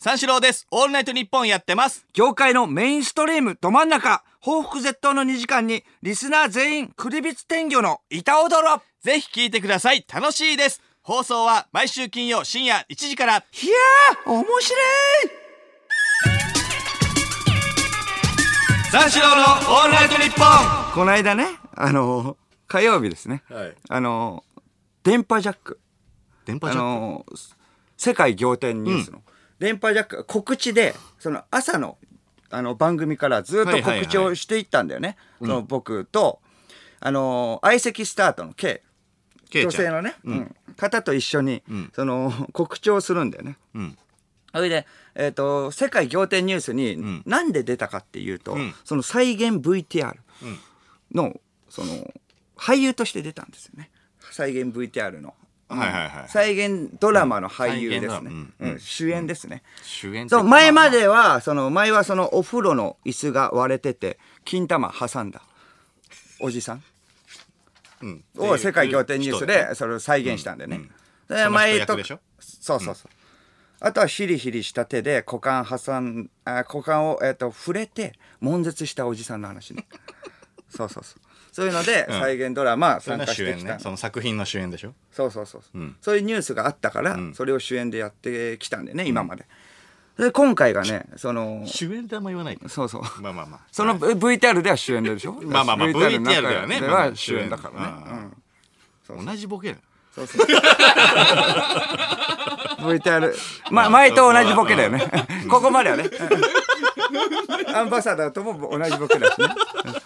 三四郎です。オールナイトニッポンやってます。 業界のメインストリームど真ん中、報復絶倒の2時間にリスナー全員クリビツ天魚の板踊ろ。 ぜひ聞いてください。楽しいです。放送は毎週金曜深夜1時から。いやー面白い。 三四郎のオールナイトニッポン。 この間ね、火曜日ですね、 はい、 電波ジャック、世界仰天ニュースの、電波ジャック告知で、その朝の番組からずっと告知をしていったんだよね、その僕と相席スタートの K 女性のね、方と一緒に、その告知をするんだよね。それで、世界仰天ニュースになんで出たかっていうと、その再現 VTR の、その俳優として出たんですよね。再現 VTR の、再現ドラマの俳優ですね。主演ですね。そう、前までは前はそのお風呂の椅子が割れてて金玉挟んだおじさんを世界仰天ニュースでそれを再現したんでね。前とそう。あとはヒリヒリした手で股間を触れて悶絶したおじさんの話ね。そういうので再現ドラマ参加してきた、 その作品の主演でしょ。 そういうニュースがあったから、それを主演でやってきたんでね、今まで。で今回がね、その主演ってあんま言わない。 そうその VTR では主演でしょ。 VTR ではねは主演だからね。 同じボケだよ。 VTR、前と同じボケだよね。ここまではね。アンバサダーとも同じボケだしね。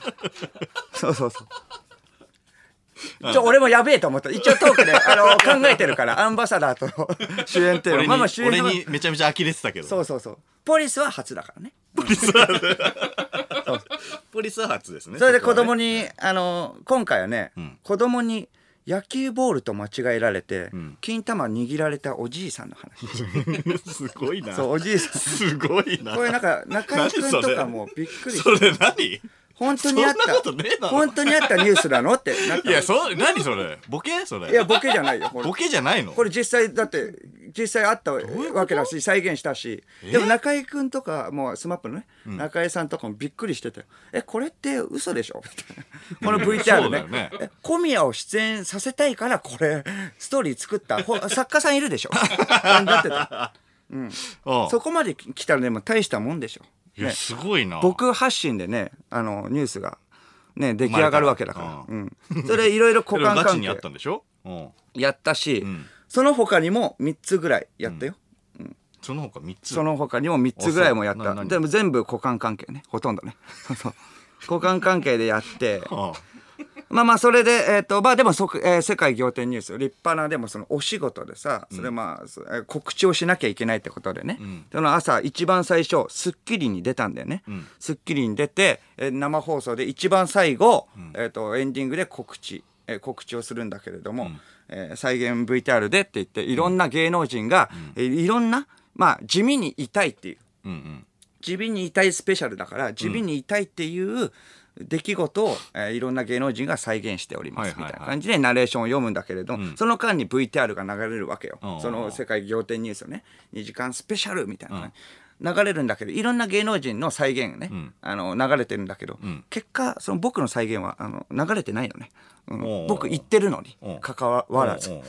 俺もやべえと思った。一応トークで考えてるから、アンバサダーと主演っていうの。 俺にめちゃめちゃ呆れてたけど。 そう。ポリスは初だからね。 ポリスは初ですね。 それで子供に今回はね、子供に野球ボールと間違えられて、金玉握られたおじいさんの話。 すごいな。 そう、おじいさん。 すごいな。 これなんか中居君とかもびっくりして。 それ何？ 本当にあったニュースなのってなった。 いや、何それ？ボケ？それ？ いや、ボケじゃないよ。 ボケじゃないの？ これ実際あったわけだし、再現したし。でも中居君とかもうスマップのね、中居さんとかもびっくりしてたよ。これって嘘でしょみたいな。この VTR ね。小宮を出演させたいからこれストーリー作った作家さんいるでしょ。だってた。そこまで来たらでも大したもんでしょ。 すごいな。 僕発信でね、ニュースがね出来上がるわけだから。それいろいろ股間関係やったんでしょ。 やったし、その他にも3つぐらいやったよ。 その他3つ。 その他にも3つぐらいもやった。でも全部股間関係ね、ほとんどね。股間関係でやって。それででも世界仰天ニュース立派なでもそのお仕事でさ、それ告知をしなきゃいけないってことでね、その朝一番最初『スッキリ』に出たんだよね。スッキリに出て生放送で一番最後エンディングで告知をするんだけれども、再現 VTR でって言っていろんな芸能人がいろんな地味にいたいっていう、地味にいたいスペシャルだから地味にいたいっていう出来事をいろんな芸能人が再現しておりますみたいな感じでナレーションを読むんだけれど、その間に VTR が流れるわけよ。その世界仰天ニュースをね、2時間スペシャルみたいな、流れるんだけど、いろんな芸能人の再現ね、流れてるんだけど、結果その僕の再現は流れてないのね。僕言ってるのに関わらず、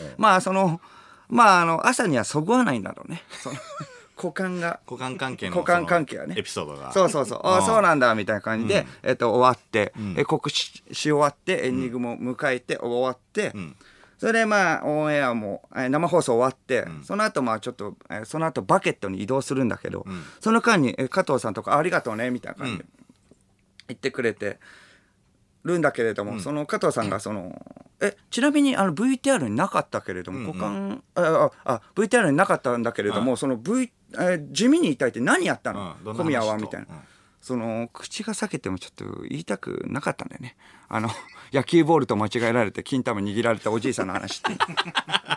朝にはそぐわないんだろうね。股間関係はね、 エピソードがそうなんだみたいな感じで、終わって、告知し終わってエンディングも迎えて終わって、それでオンエアも生放送終わって、その後ちょっとその後バケットに移動するんだけど、その間に加藤さんとかありがとうねみたいな感じで言ってくれてるんだけれども、その加藤さんがちなみにVTR になかったけれども、VTR になかったんだけれども、その地味にいたいって何やったの、小宮はみたいな。その口が裂けてもちょっと言いたくなかったんだよね。野球ボールと間違えられて金玉握られたおじいさんの話って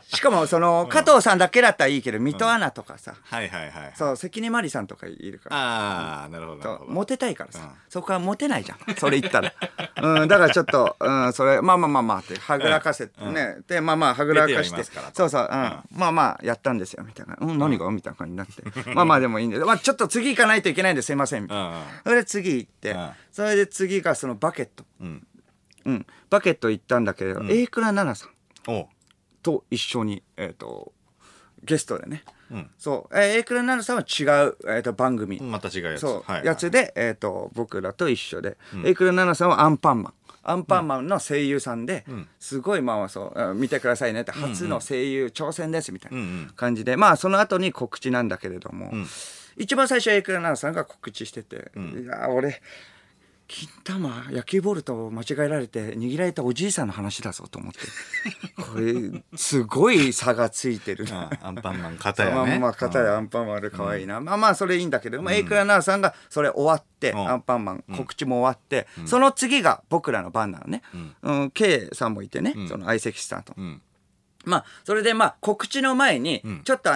しかもその加藤さんだけだったらいいけど、水戸アナとかさ、 はいはいはい。 そう関根麻里さんとかいるから、 ああ、なるほどなるほど。 モテたいからさ、そこはモテないじゃんそれ言ったらだからちょっと、それまあってはぐらかせてね、ではぐらかして、そうそう、やったんですよみたいな、何がみたいな感じになってでもいいんで、ちょっと次行かないといけないんですいませんみたいな、それで次行って、それで次がそのバケット、バケット行ったんだけど、榮倉奈々さんと一緒にゲストでね、そう榮倉奈々さんは違う、番組、 また違うやつ、 そうやつで、僕らと一緒で、榮倉奈々さんはアンパンマンの声優さんで、すごいそう見てくださいねって、初の声優挑戦ですみたいな感じで、その後に告知なんだけれども、一番最初は榮倉奈々さんが告知してて、いや俺金玉野球ボールと間違えられて握られたおじいさんの話だぞと思ってこれすごい差がついてるなアンパンマン片やね、 片やアンパンマンで可愛いな、それいいんだけど、榮倉奈々さんがそれ終わって、アンパンマン告知も終わって、その次が僕らの番なのね、K さんもいてね、その相席スタート、それで告知の前にちょっと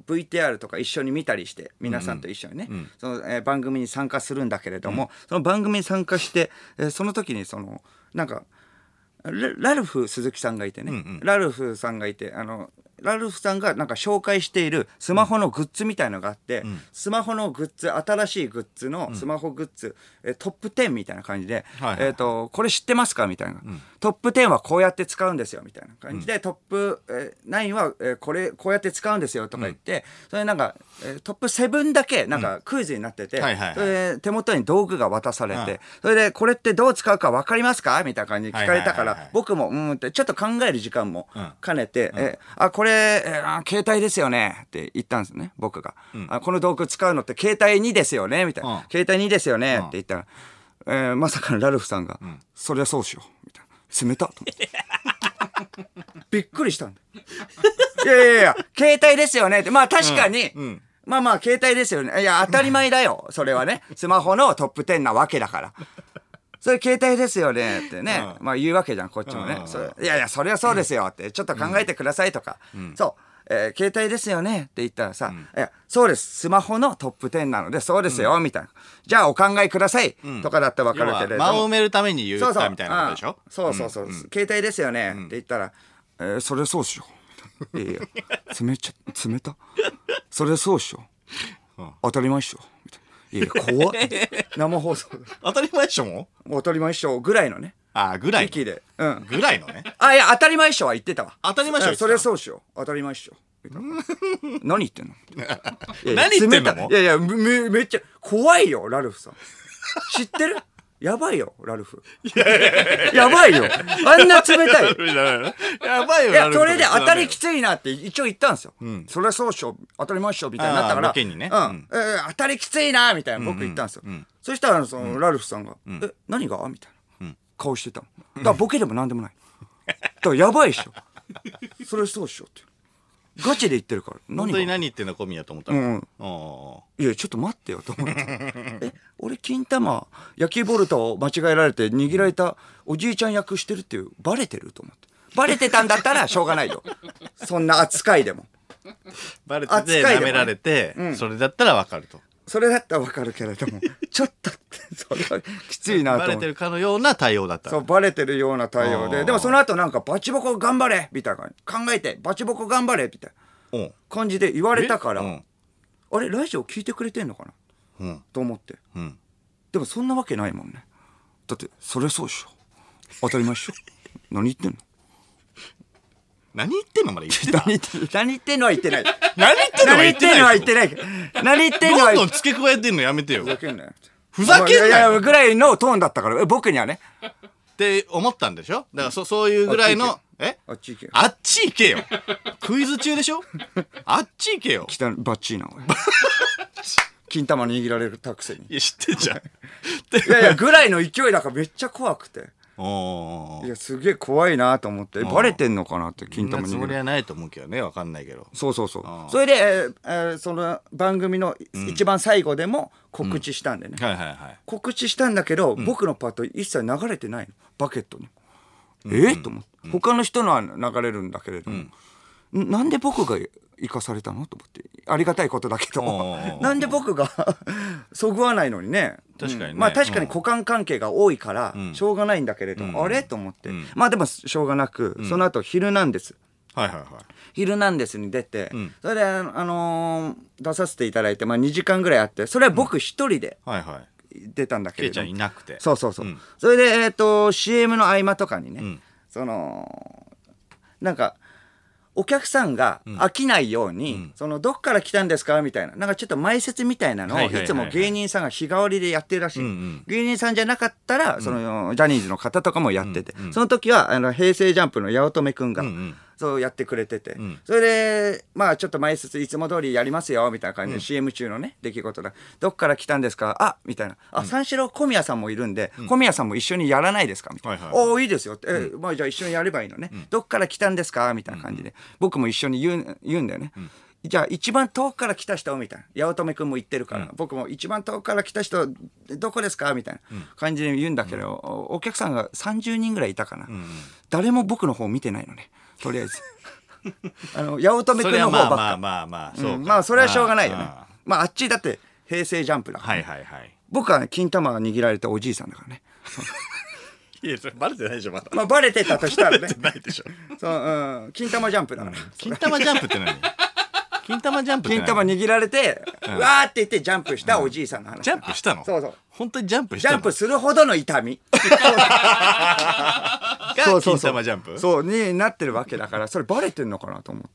VTR とか一緒に見たりして、皆さんと一緒にね、その番組に参加するんだけれども、その番組に参加して、その時にそのなんかラルフ鈴木さんがいてね、ラルフさんがいて、ラルフさんがなんか紹介しているスマホのグッズみたいのがあって、スマホのグッズ、新しいグッズのスマホグッズ、トップ10みたいな感じで、これ知ってますかみたいな、トップ10はこうやって使うんですよみたいな感じで、トップ9はこうやって使うんですよとか言って、それなんかトップ7だけなんかクイズになってて、それで手元に道具が渡されて、それでこれってどう使うか分かりますかみたいな感じで聞かれたから、僕もってちょっと考える時間も兼ねて、これ携帯ですよねって言ったんですね、僕が、この道具使うのって携帯2ですよねみたいな、携帯2ですよねって言ったら、まさかのラルフさんが、そりゃそうしようみたいな、冷たと思ってびっくりしたんだいや携帯ですよねって、確かに、携帯ですよね、いや当たり前だよそれはね、スマホのトップ10なわけだからそれ携帯ですよねってね、言うわけじゃんこっちもね、いやそれはそうですよってちょっと考えてくださいとか、携帯ですよねって言ったらさ、いやそうです、スマホのトップ10なのでそうですよ、みたいな、じゃあお考えください、とかだったら分かるけれども、 間を埋めるために言ったみたいなことでしょ。 そう、携帯ですよねって言ったら、それそうっしょ、いや冷たそれそうっしょ、当たり前っしょみたいな、いや怖っ生放送当たり前っしょも当たり前っしょぐらいのね、 ぐらい息で、 ぐらいのね、 いや当たり前っしょは言ってたわ、 当たり前っしょ、 それそうっしょ当たり前っしょ何言ってんの何言ってんの、 いやめっちゃ怖いよラルフさん知ってるやばいよラルフやばいよあんな冷たいやばいよ、 いやそれで当たりきついなって一応言ったんですよ、それそうっしょ当たり前っしょみたいになったから、当たりきついなみたいな僕言ったんですよ、そしたらそのラルフさんが何がみたいな顔してたの、だからボケでも何でもないだからやばいっしょそれそうっしょってガチで言ってるから、 本当に何言ってんの小宮と思ったの、 いやちょっと待ってよと思って俺金玉野球ボールと間違えられて握られたおじいちゃん役してるっていうバレてると思って、バレてたんだったらしょうがないよそんな扱いでもバレてて舐められて、それだったら分かると、 それだったら分かるけれどもちょっとそれはきついなと思って、 バレてるかのような対応だった、 そうバレてるような対応で、でもその後なんかバチボコ頑張れみたいな考えてバチボコ頑張れみたいな感じで言われたから、あれラジオ聞いてくれてんのかな、と思って、でもそんなわけないもんね、だってそれそうっしょ当たり前っしょ何言ってんの何言ってんのまで言ってた何言ってんのは言ってない何言ってんのは言ってない何言ってんのは言ってない何言ってんのはどんどん付け加えてんのやめてよ、 ふざけんなよふざけんなよいやぐらいのトーンだったから僕にはねって思ったんでしょ、だからそういうぐらいのあっち行けあっち行けよクイズ中でしょあっち行けよバッチリなおい金玉握られるたくせにいや知ってんじゃんいやぐらいの勢いだからめっちゃ怖くて、いやすげえ怖いなと思って、バレてんのかなって金玉握られる、 そんなつもりはないと思うけどね、分かんないけど、 そうそれで、その番組の一番最後でも告知したんでね、告知したんだけど、僕のパート一切流れてないのバケットに、と思って他の人のは流れるんだけれども、 なんで僕が生かされたのと思って、ありがたいことだけどなんで僕がそぐわないのにね。 確かにね、 まあ確かに股間関係が多いからしょうがないんだけれど、あれと思って、まあでもしょうがなく、その後ヒルナンデス、 はいはいはい、 ヒルナンデスに出て、それで出させていただいて、まあ2時間ぐらいあって、それは僕一人で出たんだけれど、 ケイちゃんいなくて、 そう、それでCM の合間とかにね、そのなんかお客さんが飽きないように、そのどっから来たんですかみたいな、なんかちょっと前説みたいなのをいつも芸人さんが日替わりでやってるらしい。芸人さんじゃなかったらそのジャニーズの方とかもやってて、その時は平成ジャンプの八乙女くんがそうやってくれてて、それでまあちょっと前説いつも通りやりますよみたいな感じで、CM 中のね出来事だ、どっから来たんですか、あみたいな、三四郎小宮さんもいるんで、小宮さんも一緒にやらないですかみたいな、おおいいですよって、まあじゃあ一緒にやればいいのね、どっから来たんですかみたいな感じで僕も一緒に言うんだよね。じゃあ一番遠くから来た人みたいな、八乙女くんも言ってるから、僕も一番遠くから来た人どこですかみたいな感じで言うんだけど、お客さんが30人ぐらいいたかな、誰も僕の方見てないのね、とりあえず八乙女くんの方ばっか、まあそれはしょうがないよね。まああっちだって平成ジャンプだから、僕は金玉が握られたおじいさんだからねいやそれバレてないでしょまだ。 まあバレてたとしたらねバレてないでしょ。 そう、金玉ジャンプだから、 金玉ジャンプって何？金玉ジャンプって金玉握られて、うわーって言ってジャンプしたおじいさんの話。 ジャンプしたの？ そう本当にジャンプしたの？ ジャンプするほどの痛みが金玉ジャンプ？ そうになってるわけだから、それバレてんのかなと思って、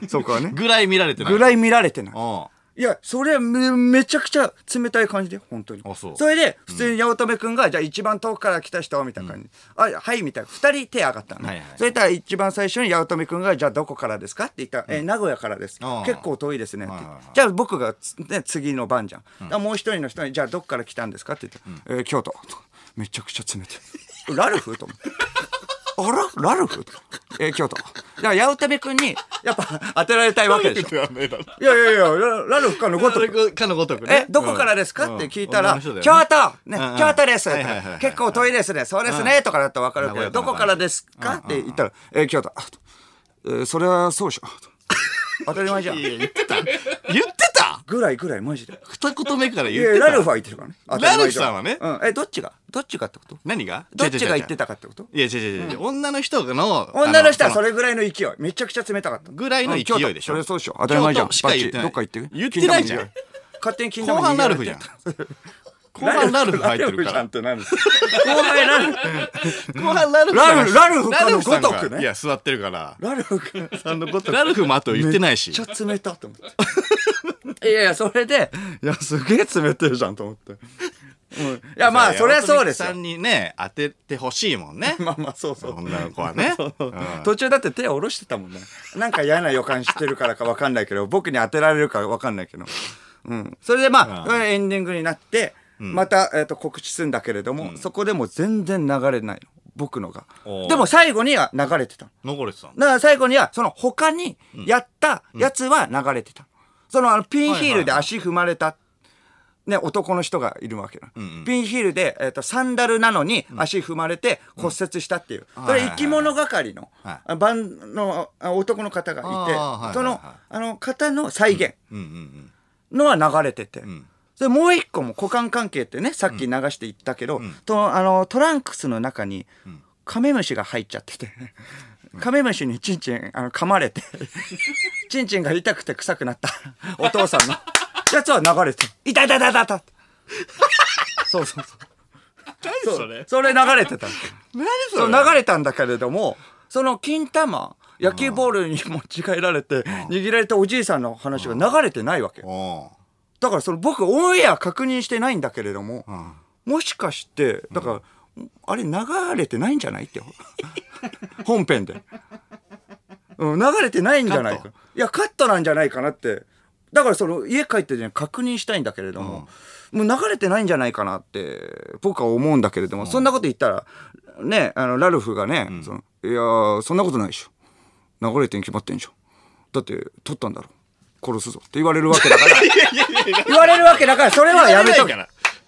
そこはねぐらい見られてない。 ぐらい見られてない。いやそれはめちゃくちゃ冷たい感じで本当に。それで普通に八乙女くんが、じゃあ一番遠くから来た人みたいな感じ、はいみたいな2人手上がったの、それから一番最初に八乙女くんが、じゃあどこからですかって言ったら、名古屋からです、結構遠いですねって、じゃあ僕が、ね、次の番じゃん、もう一人の人に、じゃあどこから来たんですかって言ったら、京都。めちゃくちゃ冷たいラルフと思ってあらラルフ京都だから八乙女くんにやっぱ当てられたいわけでしょ。いやラルフかのごとくどこからですかって聞いたら、京都ね、京都です、結構遠いですね、そうですねとかだったら分かるけど、どこからですかって言ったら、京都、それはそうでしょ当たり前じゃん。 言ってたぐらいマジで二言目から言ってた。 ラルフは言ってるからね。 ラルフさんはね、 どっちがってこと？ 何がどっちが言ってたかってこと？ いや違う、女の人のはそれぐらいの勢い、めちゃくちゃ冷たかったぐらいの勢いでしょ。 それそうでしょ、当たり前じゃん。 京都しか言ってない。 どっか言って言ってないじゃん。 勝手に金後半ラルフじゃん。後半ラルフ入ってるから。後半ラルフかのごとくね。 いや座ってるからラルフさんのごとく、 ラルフもあと言ってないし、 めっちゃ冷たと思っていやそれで、いやすげえ冷てるじゃんと思って、いやまあそれはそうですよ。 さんにね当ててほしいもんね。 まあそう女の子はね。 途中だって手を下ろしてたもんね。なんか嫌な予感してるからか分かんないけど、僕に当てられるか分かんないけど、それでまあエンディングになってまた告知するんだけれども、そこでも全然流れないの、僕のが。でも最後には流れてた。 流れてた。だから最後にはその他にやったやつは流れてた。そのピンヒールで足踏まれたね、男の人がいるわけだ。ピンヒールでサンダルなのに足踏まれて骨折したっていう、それ生き物係の番の男の方がいて、その方の再現のは流れてて、それもう一個も股間関係ってね、さっき流していったけど、トランクスの中にカメムシが入っちゃってて、カメムシにチンチン噛まれてチンチンが痛くて臭くなったお父さんのやつは流れて、痛いそうそれ流れてた。 何それ。 流れたんだけれども、その金玉野球ボールに持ち帰られて握られたおじいさんの話が流れてないわけ。だから僕オンエア確認してないんだけれども、もしかしてだからあれ流れてないんじゃないって本編で、流れてないんじゃないか、いやカットなんじゃないかなって。だから家帰ってね確認したいんだけれども、もう流れてないんじゃないかなって僕は思うんだけれども、そんなこと言ったらね、ラルフがね、いやそんなことないでしょ、流れてに決まってんじゃん、だって撮ったんだろ、殺すぞって言われるわけだから言われるわけだから、それはやめとけ。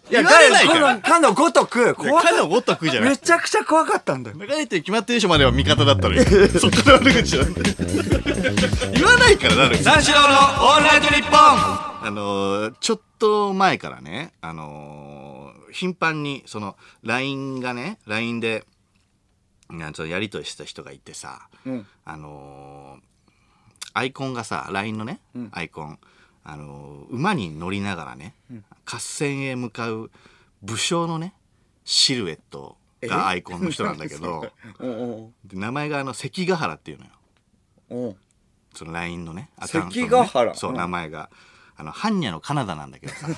言われないから。 かのごとく怖かのごとくじゃない。 めちゃくちゃ怖かったんだよ。 流れて決まってる人までは味方だったのにそっから悪口だって言わないからなる。 三四郎のオールナイトニッポン。ちょっと前からね頻繁にその LINE がね LINE でそのやり取りした人がいてさ、アイコンがさ LINE のね、アイコン馬に乗りながらね、合戦へ向かう武将のねシルエットがアイコンの人なんだけどで名前が関ヶ原っていうのよ。その LINE のねアカウントのね、 関ヶ原、 そう名前が般若のカナダなんだけどさ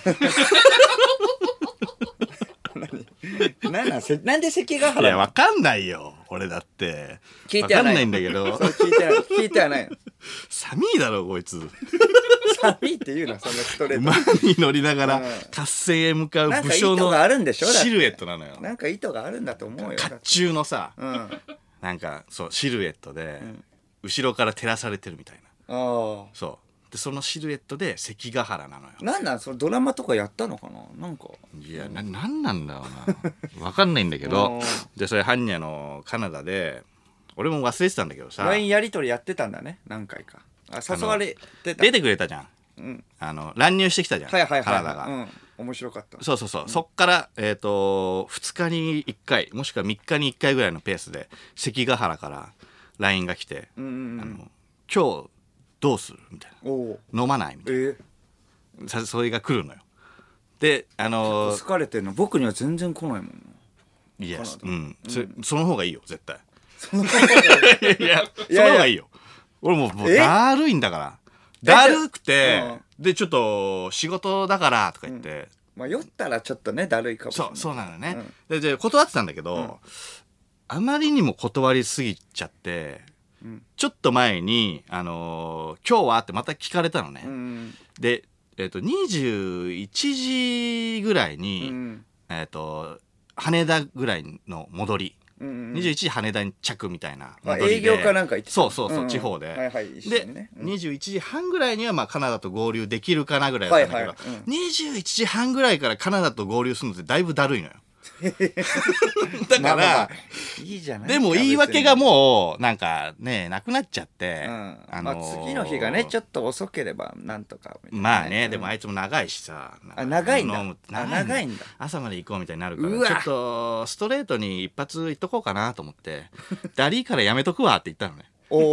なんで関ヶ原？ いやわかんないよ俺だって聞いてはない。 わかんないんだけど聞いてはないの。 寒いだろこいつ。 寒いって言うなそんなストレート。 馬に乗りながら合戦へ向かう武将のシルエットなのよ。 なんか意図があるんだと思うよ。 甲冑のさ、なんかそうシルエットで後ろから照らされてるみたいな。そうでそのシルエットで関ヶ原なのよ。 なんそのドラマとかやったのかな。なんかいやなんなんだろうなわかんないんだけどでそれ般若のカナダで俺も忘れてたんだけどさ LINE やり取りやってたんだね何回か。誘われてた。 出てくれたじゃん、乱入してきたじゃん、カナダが、 面白かった。 そう、そっから2日に1回もしくは3日に1回ぐらいのペースで関ヶ原から LINE が来て「今日どうする?」みたいな「飲まない?」みたいな、それが来るのよ。で好かれてんの。僕には全然来ないもん。 いやその方がいいよ絶対。いやその方がいいよ。俺もうだるいんだからだるくて、でちょっと仕事だからとか言って、 酔ったらちょっとねだるいかもしれない。 そうなのね、で断ってたんだけど、あまりにも断りすぎちゃって、ちょっと前に今日はってまた聞かれたのね、で21時ぐらいに、羽田ぐらいの戻り、21時羽田に着みたいな戻りで、 営業かなんか行ってそう、地方で、で21時半ぐらいにはカナダと合流できるかなぐらいだったんだけど、21時半ぐらいからカナダと合流するのってだいぶだるいのよ。だからいいじゃない。 でも言い訳がもうなんかねなくなっちゃって、 次の日がねちょっと遅ければなんとかみたいな。 まあね、でもあいつも長いしさ、 長いんだ。長いんだ。 朝まで行こうみたいになるから、ちょっとストレートに一発行っとこうかなと思ってダリーからやめとくわって言ったのね。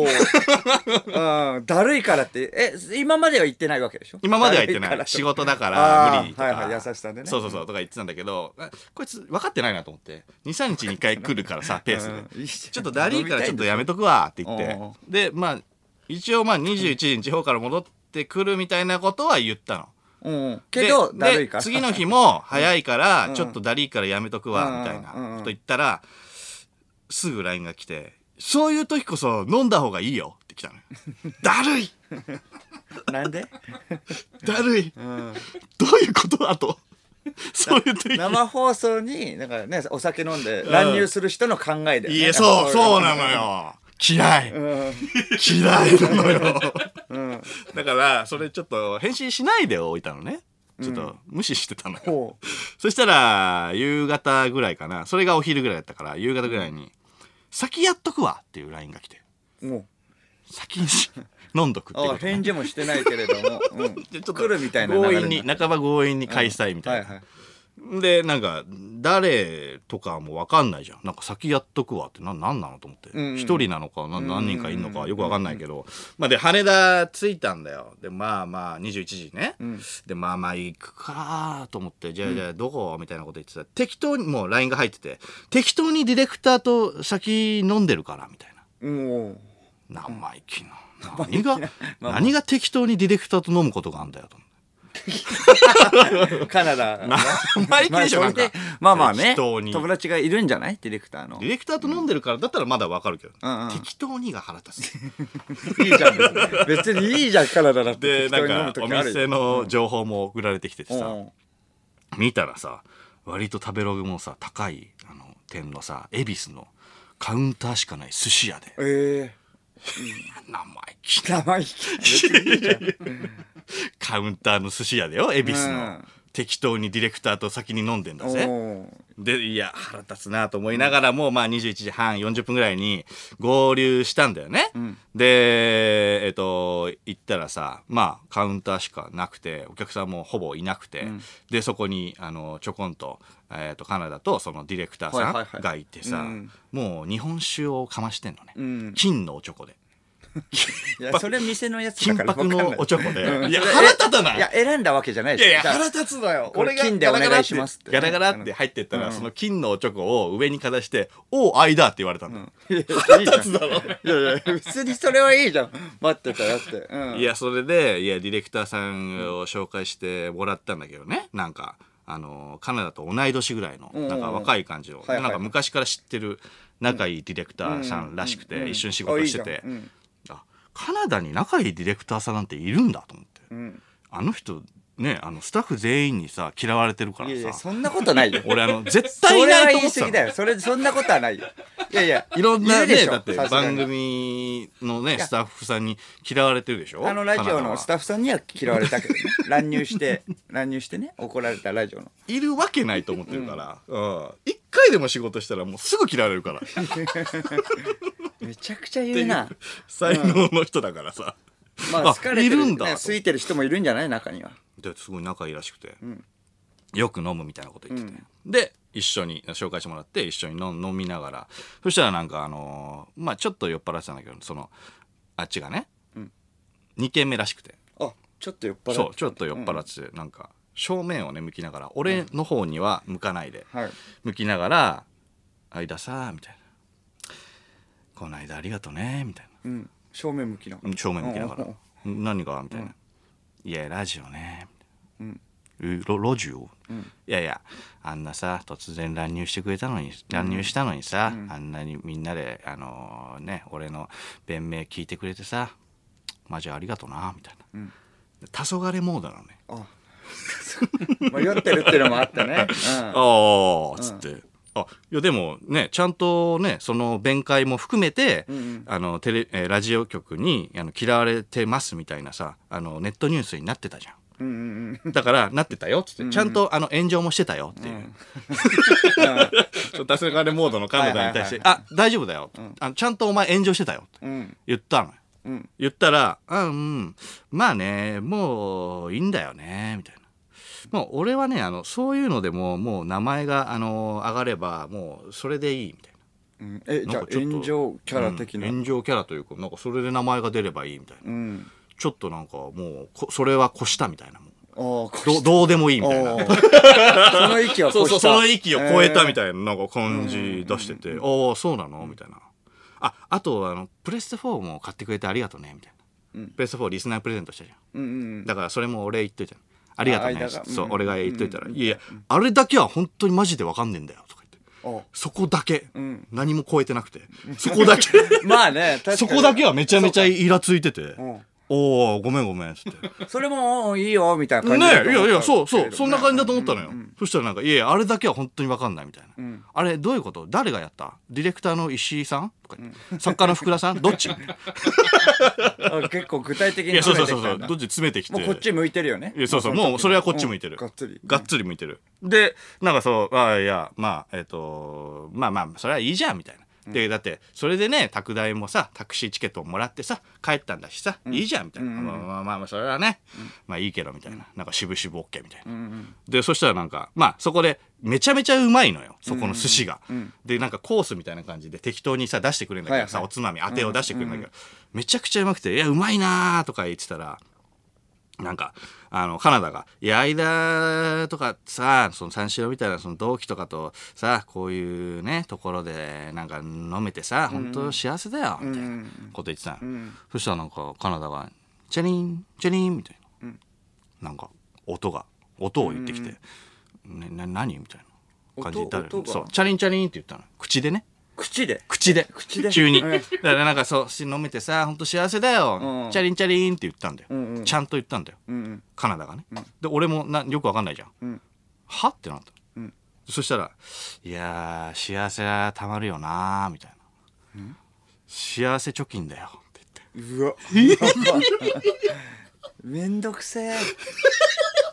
だるいからって今までは言ってないわけでしょ。 今までは言ってない。仕事だから無理とか、 優しさでね。 そうとか言ってたんだけど、こいつ分かってないなと思って、23日に1回来るからさペースでちょっとダリーからちょっとやめとくわって言って、で一応21時に地方から戻ってくるみたいなことは言ったの。 けどだるいから次の日も早いからちょっとダリーからやめとくわみたいなこと言ったら、すぐ LINE が来て、そういう時こそ飲んだ方がいいよって来たのよ。だるいなんでだるい、どういうことあとそういう時生放送になんかねお酒飲んで乱入する人の考えで、 いやそうなのよ。嫌いなのよ。だからそれちょっと返信しないでおいたのね。ちょっと無視してたのよ。そしたら夕方ぐらいかな、それがお昼ぐらいだったから夕方ぐらいに先やっとくわっていう LINE が来て、先に飲んどくってこと、 返事もしてないけれども、ちょっと来るみたいな流れ半ば強引に開催みたいな、でなんか誰とかも分かんないじゃん。なんか先やっとくわって何なのと思って、一人なのか何人かいんのかよく分かんないけど、で羽田着いたんだよ。で21時ね、で行くかと思って、じゃあどこみたいなこと言ってたら、適当にもう LINE が入ってて、適当にディレクターと先飲んでるからみたいな。生意気な。何が適当にディレクターと飲むことがあんだよと思って。 カナダ生意気でしょ。なんかね、友達がいるんじゃない、ディレクターの。 ディレクターと飲んでるからだったらまだわかるけど、適当にが腹立つ。 いいじゃん別にいいじゃんカナダだって。 でなんかお店の情報も送られてきててさ、見たらさ割と食べログもさ高い店のさ恵比寿のカウンターしかない寿司屋で、生意気別にいいじゃんカウンターの寿司屋だよ恵比寿の、 適当にディレクターと先に飲んでんだぜ。でいや腹立つなと思いながらも、まあ21時半40分ぐらいに合流したんだよね。で行ったらさ、まあカウンターしかなくてお客さんもほぼいなくて、でそこにちょこんと、カナダとそのディレクターさんがいてさ、もう日本酒をかましてんのね、金のおちょこで。 いやそれ店のやつだから金箔のおちょこで、いや腹立たない。 いや選んだわけじゃないでしょ。いや腹立つのよ。俺が金でお願いしますってガラガラって入ってったら、その金のおちょこを上にかざして「おう間」って言われたの。腹立つだろ。 いやいや別にそれはいいじゃん、待ってたよって。 いやそれでディレクターさんを紹介してもらったんだけどね、なんかカナダと同い年ぐらいのなんか若い感じの、なんか昔から知ってる仲いいディレクターさんらしくて、一緒に仕事してて、カナダに仲いいディレクターさんなんているんだと思って、あの人ね、スタッフ全員にさ嫌われてるからさ。 いやそんなことないよ。 俺絶対いないと思ってたの。 それは言い過ぎだよ。そんなことはないよ。いやいやいろんなね、だって番組のねスタッフさんに嫌われてるでしょ。 ラジオのスタッフさんには嫌われたけどね。乱入してね怒られたラジオのいるわけないと思ってるから、一回でも仕事したらもうすぐ嫌われるから。 めちゃくちゃ言うな。 才能の人だからさ。 まあ好かれてる、好いてる人もいるんじゃない、中には。 すごい仲いいらしくて、よく飲むみたいなこと言ってて、で一緒に紹介してもらって一緒に飲みながら、そしたらなんかまあちょっと酔っ払ってたんだけど、そのあっちがね、2軒目らしくて、 ちょっと酔っ払って、 そうちょっと酔っ払ってて、なんか正面をね向きながら、俺の方には向かないで、向きながら「間さ」みたいな「この間ありがとね」みたいな、 正面向きながら 「何が?」みたいな「いやラジオね」ラジオ、いやいやあんなさ突然乱入したのにさ、あんなにみんなでね俺の弁明聞いてくれてさ、マジありがとなみたいな、黄昏モードなのね。 酔ってるっていうのもあってね。 ああつって、いやでもねちゃんとねその弁解も含めて、ラジオ局に嫌われてますみたいなさネットニュースになってたじゃん。だからなってたよっつって、ちゃんと炎上もしてたよっていう、黄昏モードのカナダに対して「あ大丈夫だよ、ちゃんとお前炎上してたよ」って言ったのよ。言ったら「まあねもういいんだよね」みたいな。もう俺はねそういうのでももう名前が上がればもうそれでいいみたいな。 じゃあ炎上キャラ的な、 炎上キャラというか、なんかそれで名前が出ればいいみたいな、ちょっとなんかもうそれは越したみたいな、もうどうでもいいみたいな、 その域を越した、 その域を超えたみたいななんか感じ出してて、ああそうなのみたいな。あとプレステ4も買ってくれてありがとうねみたいな、プレステ4リスナープレゼントしたじゃん、だからそれも俺言っといたの。ありがとうね、そう俺が言っといたら「いやあれだけは本当にマジで分かんねえんだよ」とか言って、そこだけ何も超えてなくて、そこだけまあねそこだけはめちゃめちゃイラついてて「おおごめんごめん」っつってそれもいいよみたいな感じね。いやそうそんな感じだと思ったのよ。そしたらなんか「いやあれだけは本当に分かんない」みたいな、あれどういうこと、誰がやった、ディレクターの石井さんとか作家の福田さんどっち結構具体的に詰めてきたんだ。どっち詰めてきて、 もうこっち向いてるよね。 そうもうそれはこっち向いてる、がっつり向いてる。でなんかそういやまあまあそれはいいじゃんみたいな。でだってそれでね宅代もさタクシーチケットをもらってさ帰ったんだしさ、いいじゃんみたいな、まあそれはね、まあいいけどみたいな、なんか渋々 OK みたいな、でそしたらなんかまあそこでめちゃめちゃうまいのよそこの寿司が、でなんかコースみたいな感じで適当にさ出してくれるんだけどさ、おつまみ当てを出してくれるんだけど、めちゃくちゃうまくて「いやうまいな」とか言ってたら、なんかカナダが「いや間とかさその三四郎みたいなその同期とかとさこういうねところでなんか飲めてさ本当幸せだよ」みたいなこと言ってたの、そしたらなんかカナダが「チャリンチャリン」みたいな、なんか音を言ってきて「何?」みたいな感じでそう「チャリンチャリン」って言ったの口でね。口で急にだからなんかそう飲めてさ本当幸せだよ、チャリンチャリンって言ったんだよ、ちゃんと言ったんだよ、カナダがね、で俺もよくわかんないじゃん、はってなった、そしたら「いや幸せはたまるよな」みたいな、幸せ貯金だよって言って、 うわめんどくせえ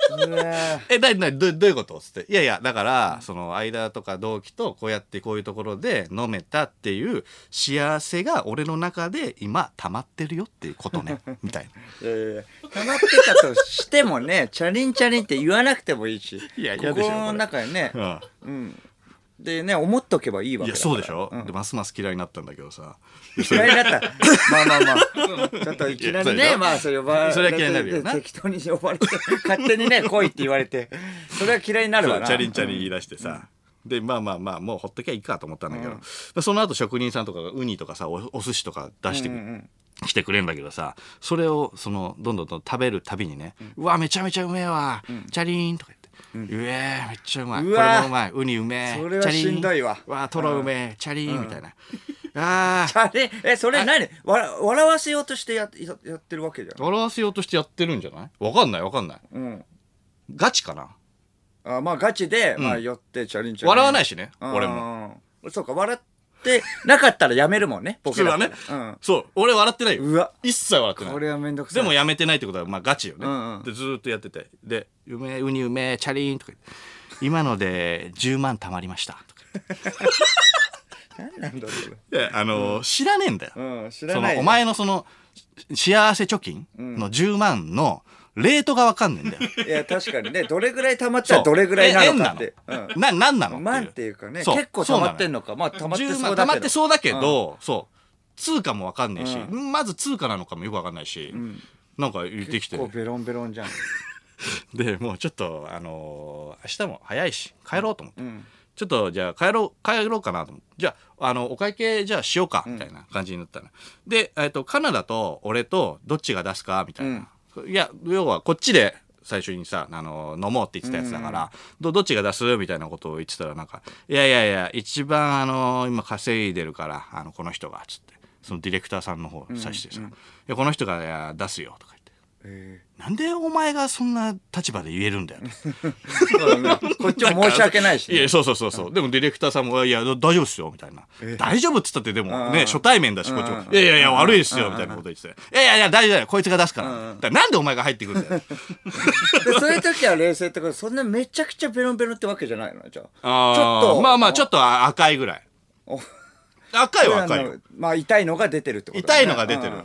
どういうことつって。いやいや、だから、その間とか同期とこうやってこういうところで飲めたっていう幸せが俺の中で今溜まってるよっていうことね、みたいな。 溜まってたとしてもね、チャリンチャリンって言わなくてもいいし、 いや、嫌でしょ。 心の中にね、でね、思っとけばいいわけだから。 いや、そうでしょ、でますます嫌いになったんだけどさ。 嫌いになった。まあちょっといきなりね、まあそれは嫌いになるよな。 適当に呼ばれて勝手にね来いって言われて、それは嫌いになるわな。 チャリンチャリン言い出してさ、でもうほっときゃいいかと思ったんだけど、その後職人さんとかがウニとかさ、お寿司とか出して来てくれるんだけどさ、それをどんどん食べるたびにね、うわめちゃめちゃうめえわ、チャリーンとか言って、めっちゃうまい、これもうまい、ウニうめえ、 それはしんどいわ、 トロうめえ、チャリーンみたいな。 チャリそれ何笑わせようとしてやってるわけじゃん。 笑わせようとしてやってるんじゃない？わかんない、ガチかな。 まあガチで、まあ寄ってチャリンチャリン笑わないしね、俺も。 そうか、笑ってなかったらやめるもんね、 僕らはね。そう、俺笑ってないよ。 うわ、 一切笑ってない。 これはめんどくさい。 でもやめてないってことはまあガチよね。でずーっとやってて、でウニうめえチャリーンとか言って、今ので10万貯まりましたとか何なんだろう。いや、知らねえんだよ。 知らない。 お前のその幸せ貯金の10万のレートが分かんねえんだよ。 いや確かにね、どれぐらい溜まったらどれぐらいなのかって。 何なの万っていうかね、結構溜まってんのか。まあ溜まってそうだけど。 溜まってそうだけど、そう通貨も分かんねえし、まず通貨なのかもよく分かんないし、なんか言ってきて。 結構ベロンベロンじゃん。 でもうちょっと明日も早いし帰ろうと思って。ちょっとじゃあ帰ろうかなと思って、じゃあお会計じゃあしようかみたいな感じになったの。でカナダと俺とどっちが出すかみたいな。いや要はこっちで最初にさ飲もうって言ってたやつだから、どっちが出すみたいなことを言ってたら、なんかいや一番今稼いでるからこの人がつって、そのディレクターさんの方指してさ、いやこの人が出すよとか言って。なんでお前がそんな立場で言えるんだよこっちも申し訳ないし、 いやそうでもディレクターさんもいや大丈夫っすよみたいな、大丈夫っつったってでもね初対面だし、こっちもいや悪いっすよみたいなこと言ってて、いや大丈夫こいつが出すから、なんでお前が入ってくるんだよ。 そういう時は冷静ってこと、そんなめちゃくちゃベロンベロンってわけじゃないの？じゃあちょっとまあちょっと赤いぐらい。赤いは赤いよ。 まあ痛いのが出てるってことだね。痛いのが出てる。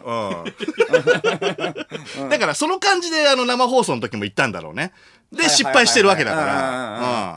だからその感じで生放送の時も言ったんだろうね。で失敗してるわけだから。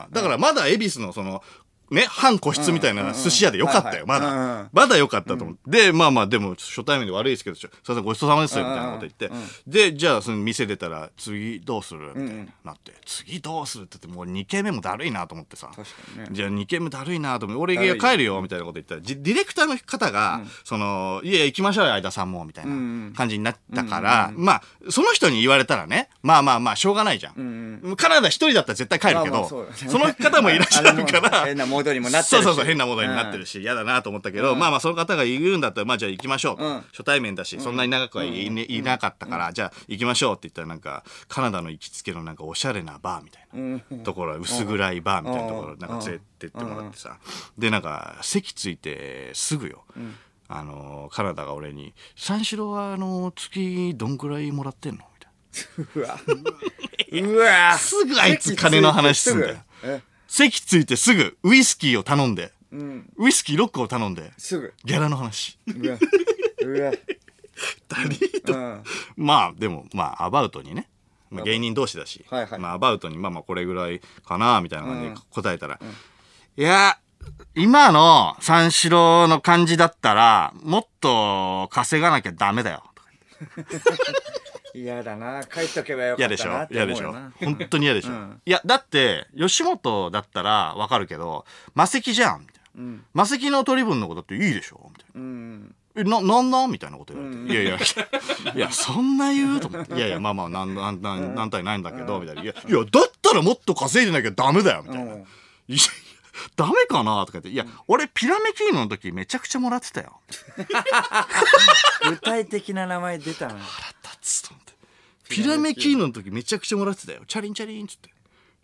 だからまだ恵比寿のそのね半個室みたいな寿司屋でよかったよ。まだよかったと思って。でまあでも初対面で悪いですけど、すいませんごちそうさまですよみたいなこと言って、でじゃあその店出たら次どうするみたいになって、次どうするって言って、もう2軒目もだるいなと思ってさ、じゃあ2軒目だるいなと思って、俺が帰るよみたいなこと言ったら、ディレクターの方がいや行きましょうよ相田さんもみたいな感じになったから、まあその人に言われたらね、まあしょうがないじゃん。カナダ一人だったら絶対帰るけど、その方もいらっしゃるから変なモードにもなってるし、 そう変なモードになってるし嫌だなと思ったけど、まあその方が言うんだったらまあじゃあ行きましょう、初対面だしそんなに長くはいなかったから、じゃあ行きましょうって言ったら、なんかカナダの行きつけのなんかおしゃれなバーみたいなところ、薄暗いバーみたいなところなんか連れてってもらってさ、でなんか席ついてすぐよ、カナダが俺に「三四郎は月どんくらいもらってんの?」みたいな。うわすぐあいつ金の話すんだよ。席ついてすぐウイスキーを頼んで、ウイスキー6個を頼んですぐギャラの話。うわダリーと、まあでもアバウトにね、芸人同士だし、アバウトにこれぐらいかなみたいな感じで答えたら、いや今の三四郎の感じだったらもっと稼がなきゃダメだよとか言って。 嫌だな、帰っとけばよかったなって思うよな。嫌でしょ本当に嫌でしょ。いやだって吉本だったらわかるけどマセキじゃんみたいな、マセキの取り分のことっていいでしょみたいな、なんみたいなこと言われて、いやそんな言うと思って、いやまあ何体ないんだけどみたいな、いやだったらもっと稼いでなきゃダメだよみたいな、ダメかなとか言って、いや俺ピラメキーノの時めちゃくちゃもらってたよ。 具体的な名前出たな。 腹立つと思って、ピラメキーノの時めちゃくちゃもらってたよ、チャリンチャリンっつって。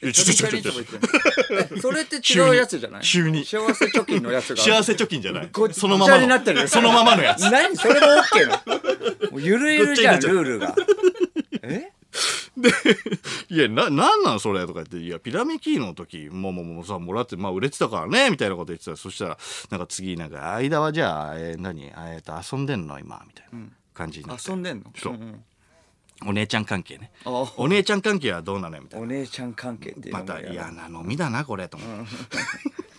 それって違うやつじゃない？ 急に幸せ貯金のやつが幸せ貯金じゃない、 そのままのそのままのやつ。 何それも OK の？ゆるゆるじゃんルールが。 でいやなんなんそれとか言って、いやピラミキーノの時もうさもらって売れてたからねみたいなこと言ってた。そしたらなんか次なんか間はじゃあ何遊んでんの今みたいな感じになって、 遊んでんの。 そう、お姉ちゃん関係ね。 あお姉ちゃん関係はどうなのよみたいな。 お姉ちゃん関係っていうのまもた嫌な飲みだなこれと思って、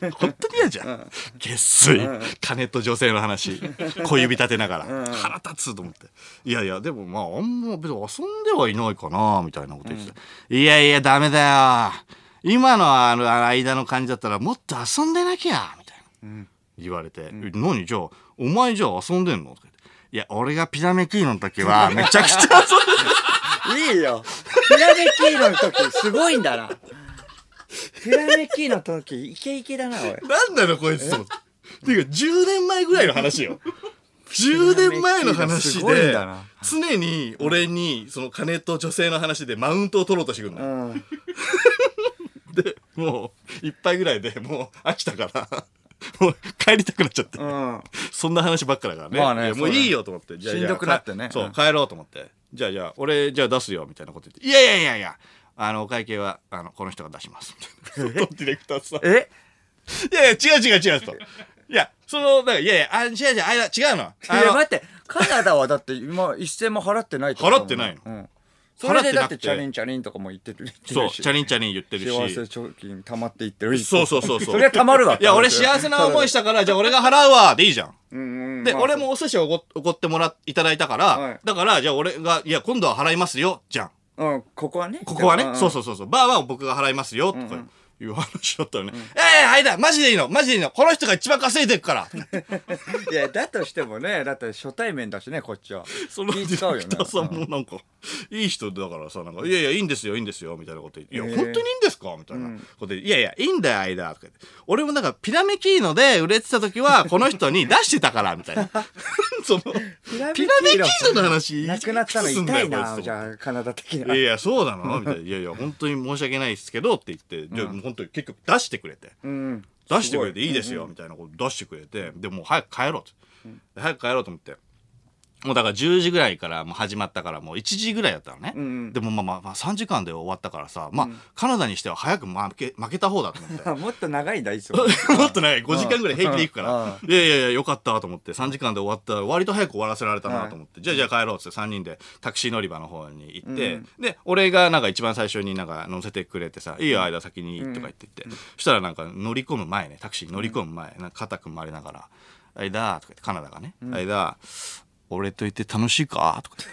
本当に嫌じゃん、げっすい、金と女性の話小指立てながら、腹立つと思って、いやいやでもあんま別に遊んではいないかなみたいなこと言ってて、いやいやダメだよ、今の間の感じだったらもっと遊んでなきゃみたいな、言われて、何じゃあお前じゃあ遊んでんのとか言って、いや俺がピラメキーノの時はめちゃくちゃ遊んでいいよ。ピラメキーノの時すごいんだな。ピラメキーノの時イケイケだなおい。 なんだろこいつと。ていうか10年前ぐらいの話よ。10年前の話で常に俺にその金と女性の話でマウントを取ろうとしてくるの。でもう一杯ぐらいでもう飽きたからもう帰りたくなっちゃって、そんな話ばっかだからね。 まあね、 もういいよと思って、 じゃあしんどくなってね。 そう帰ろうと思って、じゃあ俺じゃあ出すよみたいなこと言って、いやお会計はこの人が出しますみたいなディレクターさ、いや違うと、いやそのだからいや違う違うの、 いや待って、カナダはだって今一銭も払ってないってこと払ってないの、 それでだってチャリンチャリンとかも言ってるし、 そうチャリンチャリン言ってるし、 幸せ貯金溜まっていってるし、 そうそれは溜まるわ。 いや俺幸せな思いしたからじゃあ俺が払うわでいいじゃん。で俺もお寿司をおごっていただいたから、だからじゃあ俺がいや今度は払いますよじゃん。 ここはねそうバーは僕が払いますよとかいう話だったらね、間マジでいいのこの人が一番稼いでるからいやだとしてもね、だって初対面だしねこっちは。 そのディレクターさんもなんかいい人だからさ、なんかいやいいんですよみたいなこと言って、いや本当にいいんですかみたいなことで、いやいいんだよ間とか言って、俺もなんかピラメキーノで売れてた時はこの人に出してたからみたいなそのピラメキーノの話なくなったの痛いな。じゃあカナダ的な。 いやそうなのみたいな、いや本当に申し訳ないですけどって言って、じゃあ本当に結局出してくれて、出してくれていいですよみたいなこと出してくれて、でもう早く帰ろうと、早く帰ろうと思って、もうだから10時ぐらいからもう始まったからもう1時ぐらいだったのね、でもまあ3時間で終わったからさ、カナダにしては早く負けた方だと思ってもっと長いんだいつももっと長い5時間ぐらい平気で行くから、いやよかったと思って、3時間で終わった割と早く終わらせられたなと思って、じゃあ帰ろうって3人でタクシー乗り場の方に行って、で俺がなんか一番最初になんか乗せてくれてさ、いいよ間先にとか言ってそしたらなんか乗り込む前ね、タクシー乗り込む前なんか肩組まれながら「間」とか言って、カナダがね「間俺といて楽しいか?」とか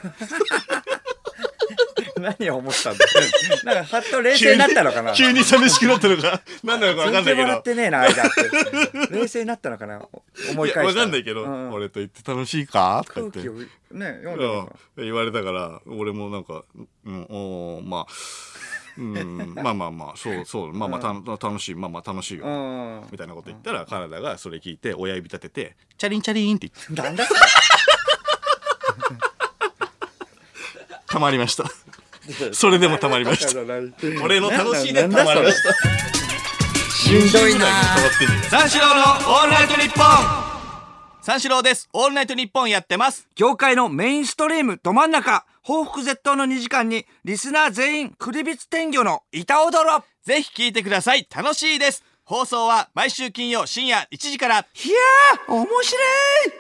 何を思ったんだなんかはっと冷静になったのかな急に寂しくなったのか何なのか分かんないけど、 全然笑ってねえな間って冷静になったのかな、思い返したら。 分かんないけど「俺といて楽しいか?」とか言って空気をね読んで言われたから、俺もなんかまあそう楽しい楽しいよみたいなこと言ったら、カナダがそれ聞いて親指立ててチャリンチャリンって言って、 なんだそれたまりましたそれでもたまりました俺の楽しいでたまりました。 しんどいな。 三四郎のオールナイトニッポン。三四郎です。オールナイトニッポンやってます。 業界のメインストリームど真ん中、報復絶倒の2時間にリスナー全員クリビツ天魚の板踊ろ。 ぜひ聞いてください。楽しいです。放送は毎週金曜深夜1時から。 いやー面白い。